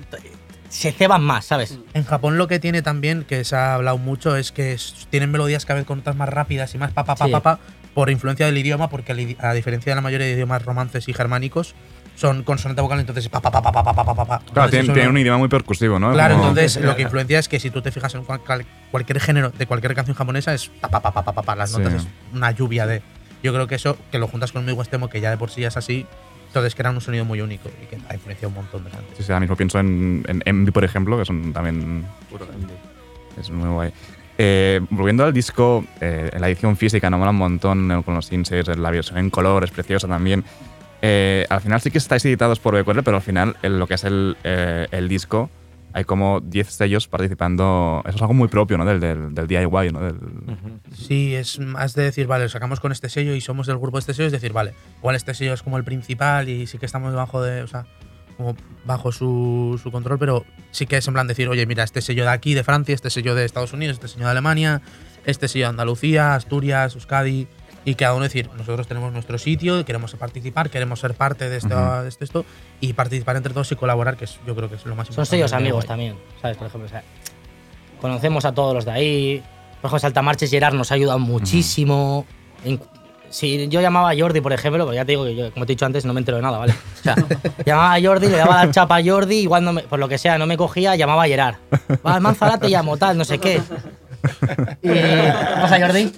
se ceban más, ¿sabes? En Japón lo que tiene también, que se ha hablado mucho, es que tienen melodías cada vez con notas más rápidas y más pa pa pa sí. pa pa por influencia del idioma, porque a diferencia de la mayoría de idiomas romances y germánicos, son consonante vocal, entonces pa pa pa pa pa pa pa pa pa. Claro, tienen tiene un idioma muy percusivo, ¿no? Claro, como... entonces lo que influencia es que si tú te fijas en cual, cualquier género de cualquier canción japonesa es pa pa pa pa pa pa, las notas sí. es una lluvia de... Yo creo que eso, que lo juntas con el Midwest emo, que ya de por sí ya es así, entonces crean un sonido muy único y que ha influenciado un montón de gente. Sí, sí, ahora mismo pienso en, en Envy, por ejemplo, que son también... Puro Envy. Es muy guay. Eh, volviendo al disco, eh, la edición física nos mola un montón, eh, con los inserts, la versión en color es preciosa también. Eh, al final sí que estáis editados por B Q L, pero al final en lo que es el, eh, el disco hay como diez sellos participando. Eso es algo muy propio, ¿no? Del, del, del D I Y, ¿no? Del... Sí, es más de decir, vale, lo sacamos con este sello y somos del grupo de este sello, es decir, vale, igual este sello es como el principal y sí que estamos debajo de, o sea, como bajo su, su control, pero sí que es en plan decir, oye, mira, este sello de aquí, de Francia, este sello de Estados Unidos, este sello de Alemania, este sello de Andalucía, Asturias, Euskadi, y cada uno decir, nosotros tenemos nuestro sitio, queremos participar, queremos ser parte de esto, uh-huh. de esto, esto, y participar entre todos y colaborar, que es, yo creo que es lo más importante. Son sellos amigos también, ¿sabes? Por ejemplo, o sea, conocemos a todos los de ahí. Por ejemplo, Saltamarches Gerard nos ha ayudado muchísimo. Uh-huh. En, si yo llamaba a Jordi, por ejemplo, pues ya te digo que yo, como te he dicho antes, no me entero de nada, ¿vale? O sea, llamaba a Jordi, le daba la chapa a Jordi y cuando, me, por lo que sea, no me cogía, llamaba a Gerard. Va, Manzana te llamo, tal, no sé qué. Y, ¿qué pasa, Jordi?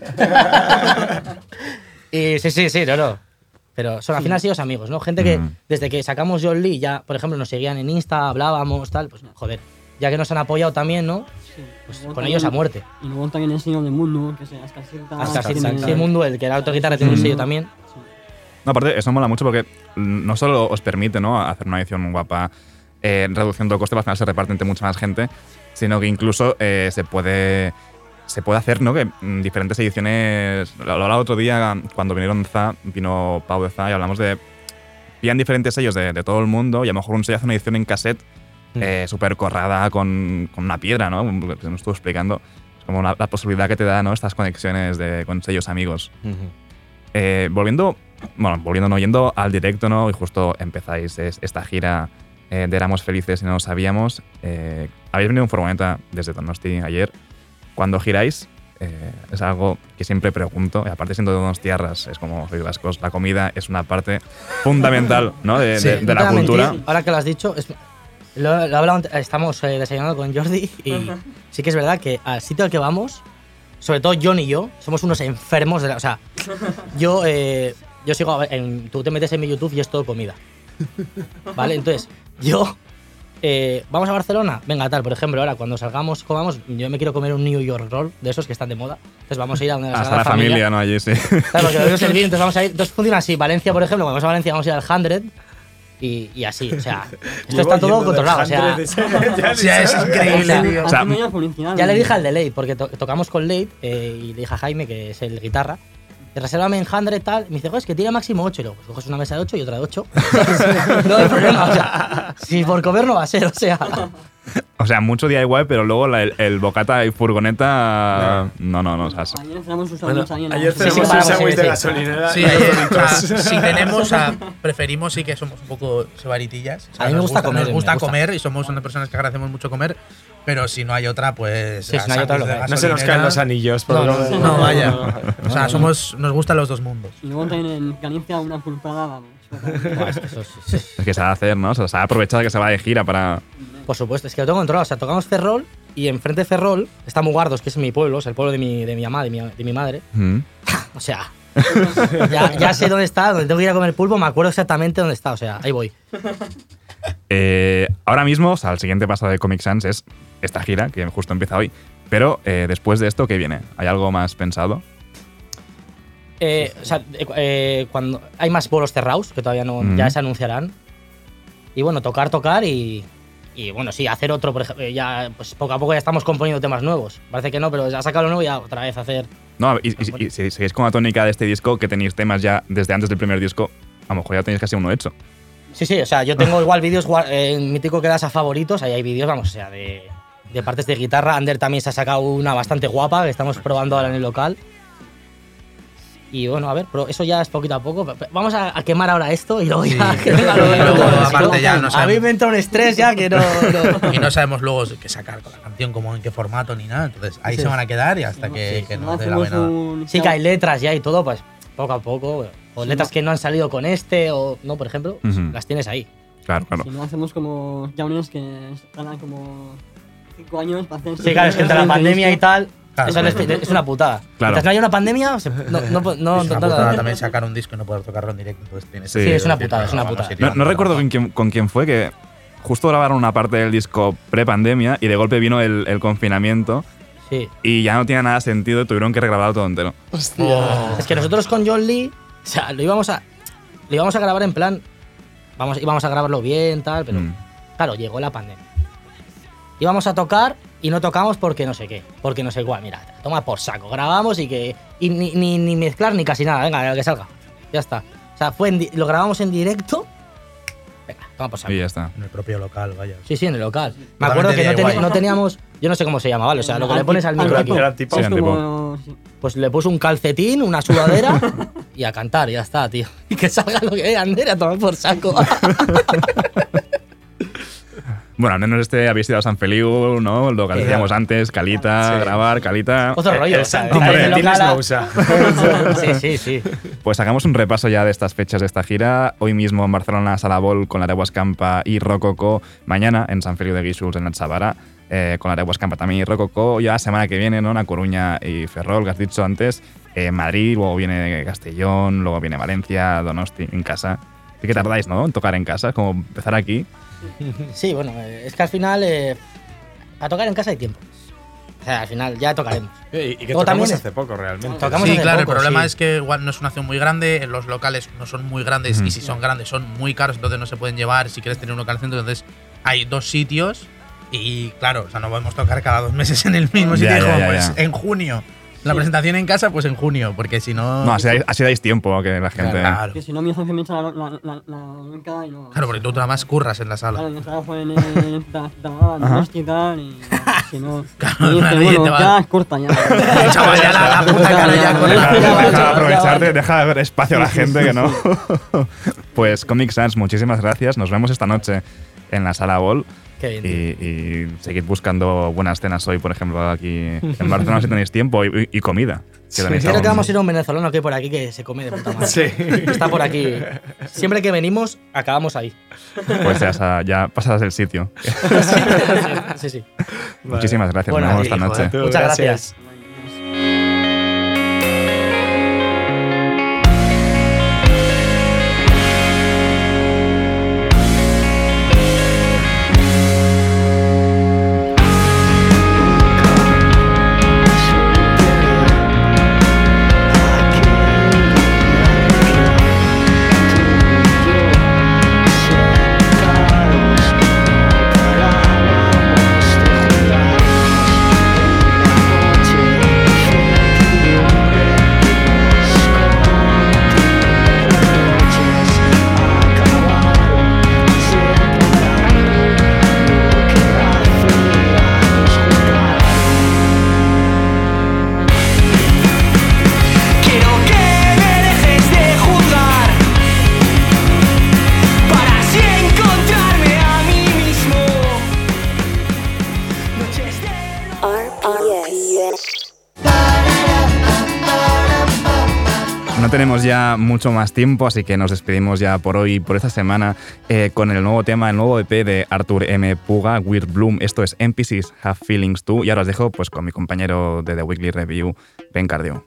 Y sí, sí, sí, no, no. Pero son al final sido amigos, ¿no? Gente que Mm. desde que sacamos John Lee ya, por ejemplo, nos seguían en Insta, hablábamos, tal, pues joder, ya que nos han apoyado también, ¿no? Pues Luego con también- ellos a muerte. Y luego también el sello de Mundo, que es Ascar Silta. Hasta así, sí, Mundo, el que era otra guitarra, tiene un Mm. sello también. No, aparte, eso mola mucho porque no solo os permite, ¿no?, hacer una edición guapa eh, reduciendo el coste, al final se reparte entre mucha más gente, sino que incluso eh, se puede se puede hacer, ¿no?, que mm, diferentes ediciones. Lo hablaba otro día cuando vinieron Z, vino Pau de Z y hablamos de. Pillan diferentes sellos de, de todo el mundo y a lo mejor un sello hace una edición en cassette eh, súper corrada con, con una piedra, ¿no? Que nos estuvo explicando. Es como la, la posibilidad que te da, ¿no?, estas conexiones de, con sellos amigos. Eh, volviendo, bueno, volviendo, no, yendo al directo, ¿no? Y justo empezáis es- esta gira eh, de Éramos Felices y no lo sabíamos. Eh, habéis venido en furgoneta desde Donosti ayer. Cuando giráis, eh, es algo que siempre pregunto, y aparte siendo de Donostiarras, es como sois vascos, la comida es una parte fundamental, ¿no?, de, Sí. de- de No te la voy a cultura. mentir, ahora que lo has dicho, es- lo, lo he hablado ante- estamos eh, desayunando con Jordi y sí que es verdad que al sitio al que vamos, sobre todo John y yo, somos unos enfermos de la. O sea, yo, eh, yo sigo. a ver, en- tú te metes en mi YouTube y es todo comida. ¿Vale? Entonces, yo. eh, ¿Vamos a Barcelona? Venga, tal. Por ejemplo, ahora cuando salgamos, comamos. Yo me quiero comer un New York Roll de esos que están de moda. Entonces vamos a ir a donde Hasta la familia, ¿no? Allí sí. Claro, porque lo vemos servir, entonces vamos a ir. Entonces funciona así. Valencia, por ejemplo, cuando vamos a Valencia, vamos a ir al hundred y, y así. O sea, esto Llevo está todo yendo controlado. O del sea, hundred, ya- o sea, es ya- increíble, ya- tío. O sea, Ya le dije al de Late, porque to- tocamos con Late eh, y le dije a Jaime, que es el guitarra, que resérvame en hundred y tal. Y me dice, "Joder, es que tira máximo ocho. Y luego, pues coges una mesa de ocho y otra de ocho. No hay problema. O sea, si por comer no va a ser, o sea. O sea, mucho D I Y, pero luego la- el, el bocata y furgoneta. No, no, no. O sea, es- Ayer cenamos un Bueno, sándwich ahí en la- ayer Sí, sí, cenamos un paramos, sándwich sí, de sí. gasolinera. Sí, y los o sea, doritos. si tenemos, o sea, preferimos sí que somos un poco sebaritillas. O sea, A mí me nos gusta comer, Nos me gusta gusta. comer y somos unas personas que agradecemos mucho comer, pero si no hay otra, pues. Sí, si no hay otra, lo que hay. No se nos caen los anillos. por No, lo no, menos. No, vaya. O sea, somos, nos gustan los dos mundos. Y luego también en Galicia una pulpada, vamos. Buah, es que eso sí, sí. es que se va a hacer, ¿no? O sea, se va a aprovechar que se va de gira para. Por supuesto, es que lo tengo controlado. O sea, tocamos Ferrol y enfrente de Ferrol está Mugardos, que es mi pueblo, es el pueblo de mi, de mi mamá, de mi, de mi madre. Mm. O sea, ya, ya sé dónde está, donde tengo que ir a comer pulpo, me acuerdo exactamente dónde está. O sea, ahí voy. Eh, ahora mismo, o sea, el siguiente paso de Comic Sans es esta gira, que justo empieza hoy. Pero eh, después de esto, ¿qué viene? ¿Hay algo más pensado? Eh, o sea, eh, eh, cuando hay más bolos cerrados, que todavía no, Mm. ya se anunciarán. Y bueno, tocar, tocar y. Y bueno, sí, hacer otro, por ejemplo, ya, pues poco a poco ya estamos componiendo temas nuevos. Parece que no, pero ya sacado lo nuevo y ya otra vez hacer. No, y, y- y si seguís con la tónica de este disco, que tenéis temas ya desde antes del primer disco, a lo mejor ya tenéis casi uno hecho. Sí, sí, o sea, yo tengo igual vídeos gua- eh, en mítico que das a favoritos, ahí hay vídeos, vamos, o sea, de, de partes de guitarra. Ander también se ha sacado una bastante guapa que estamos probando ahora en el local. Y bueno, a ver, pero eso ya es poquito a poco. Vamos a, a quemar ahora esto y luego ya. Sí. que venga lo Y bueno. luego, Si aparte, no, ya no a mí sabemos. me entra un estrés ya que no. no. Y no sabemos luego qué sacar con la canción, como en qué formato ni nada. Entonces ahí Sí. se van a quedar y hasta que, que no dé la hacemos venada. un- Sí que hay letras ya y todo, pues poco a poco. O letras que no han salido con este, o no, por ejemplo, pues, Ujú. las tienes ahí. Claro, claro. Si no hacemos como jaunes que tardan como cinco años para hacer. Sí, claro, es que entre la pandemia y tal, Claro, eso claro. es, es una putada. Claro. Mientras no haya una pandemia, se- no, no, no, no, Es una no- putada no- también sacar un disco y no poder tocarlo en directo. Entonces tienes Sí, Sí, es una decir, putada, no, es una vamos putada. a ir No, tirando no por recuerdo abajo. con quién, con quién fue, que justo grabaron una parte del disco pre-pandemia y de golpe vino el, el confinamiento Sí. y ya no tenía nada sentido y tuvieron que regrabarlo todo entero. Oh. Es que nosotros con John Lee, o sea, lo íbamos a, lo íbamos a grabar en plan, vamos, íbamos a grabarlo bien, tal, pero Mm. claro, llegó la pandemia. Íbamos a tocar y no tocamos porque no sé qué, porque no sé cuál. Mira, toma por saco, grabamos y que y ni, ni, ni mezclar ni casi nada, venga, que salga, ya está. O sea, fue en di- lo grabamos en directo, venga, toma por saco. Y ya está. En el propio local, vaya. Sí, sí, en el local. Me Totalmente acuerdo que no, D I Y. teni- no teníamos, yo no sé cómo se llama, ¿vale? O sea, lo que le pones al micro aquí. Era tipo- Sí, Es tipo. como. sí. Pues le puse un calcetín, una sudadera y a cantar, y ya está, tío. Y que salga lo que es, Ander, a tomar por saco. Bueno, al menos este habéis ido a San Feliu, ¿no? Lo que Sí. decíamos antes, Calita, Sí. grabar, Calita. Otro rollo. El o sea, Santi ahí en el Martínez local a- no usa. Sí, sí, sí. Pues hagamos un repaso ya de estas fechas de esta gira. Hoy mismo en Barcelona, Sala Vol con la Areguas Campa y Rococo. Mañana en San Feliu de Guíxols, en Natsabara. eh, con la de Huesca también y Rococó. Ya la semana que viene, ¿no? La Coruña y Ferrol, que has dicho antes, eh, Madrid, luego viene Castellón, luego viene Valencia, Donosti, en casa. Sí que tardáis, ¿no? En tocar en casa, como empezar aquí. Sí, bueno, es que al final, eh, a tocar en casa hay tiempo. O sea, al final ya tocaremos. Y, y que o tocamos también hace poco, realmente. Tocamos sí, hace claro, poco, el problema sí. es que igual no es una acción muy grande, los locales no son muy grandes Mm. y si son grandes son muy caros, entonces no se pueden llevar si quieres tener un local centro. Entonces hay dos sitios y claro, o sea, no podemos tocar cada dos meses en el mismo sitio. Ya, y ya, como, ya, pues ya. en junio. La presentación en casa, pues en junio, porque si no. No, así, dais- así dais tiempo a que la gente. Claro, Que si no, mi jefe me echa la, la, la, la bronca y no. claro, porque tú nada más curras en la Claro, sala. mi trabajo en el doméstica y si no. Claro, me dice, nadie bueno, te va- ya es corta ya. Chaval, ya la, la puta cara ya con Deja, el. deja de aprovecharte, deja de dar espacio a la gente que no. Pues Comic Sans, muchísimas gracias. Nos vemos esta noche en la Sala Ball. Qué bien, Y, y seguid buscando buenas cenas hoy, por ejemplo, aquí en Barcelona si tenéis tiempo y, y comida. Que tenéis Creo aún. que vamos a ir a un venezolano que hay por aquí que se come de puta madre. Sí. Está por aquí. Siempre que venimos, acabamos ahí. Pues ya, sa- ya pasarás el sitio. Sí, sí. Muchísimas gracias. Bueno, Nos vemos esta hijo, noche. eh. Muchas gracias. Quiero que me dejes de juzgar para así encontrarme a mí mismo. Noches de No tenemos ya mucho más tiempo, así que nos despedimos ya por hoy, por esta semana, eh, con el nuevo tema, el nuevo E P de Arthur M. Puga, Weird Bloom. Esto es N P Cs Have Feelings Too. Y ahora os dejo pues, con mi compañero de The Weekly Review, Ben Cardio.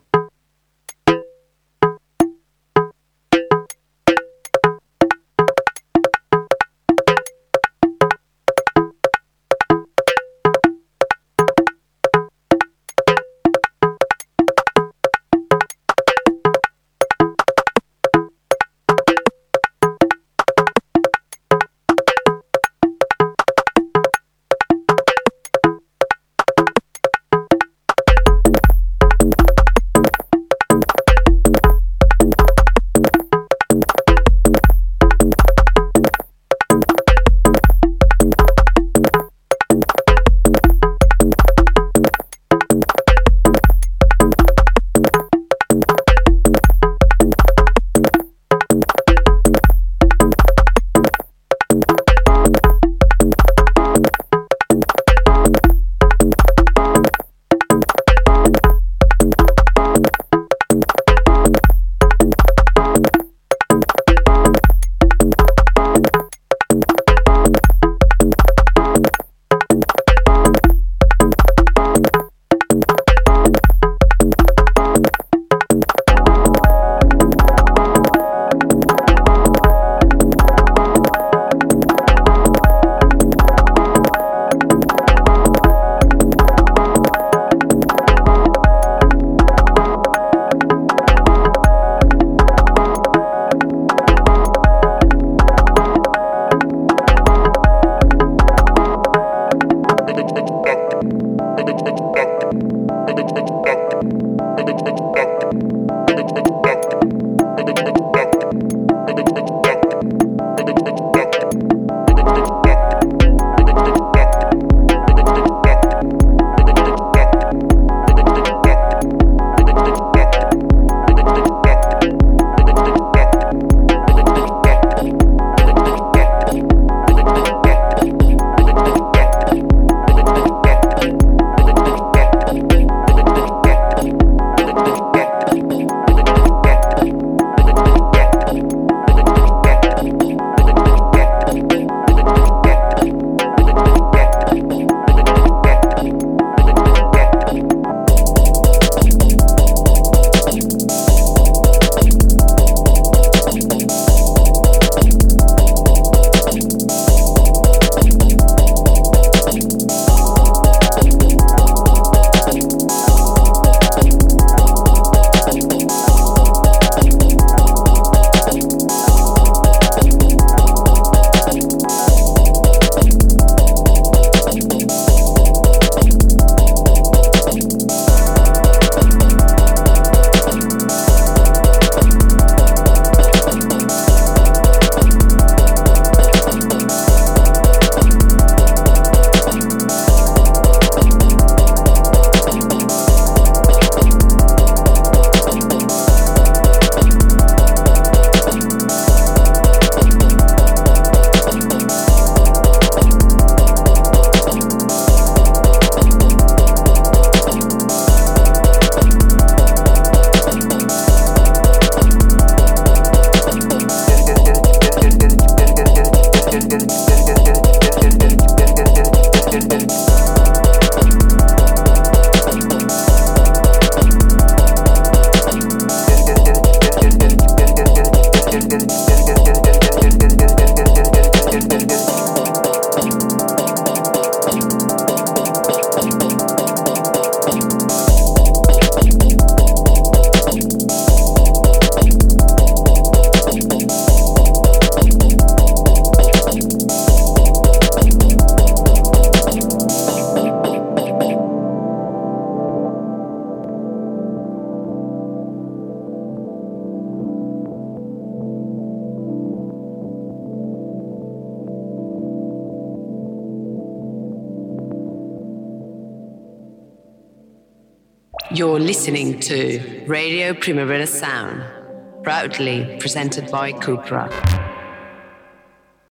You're listening to Radio Primavera Sound, proudly presented by Cupra.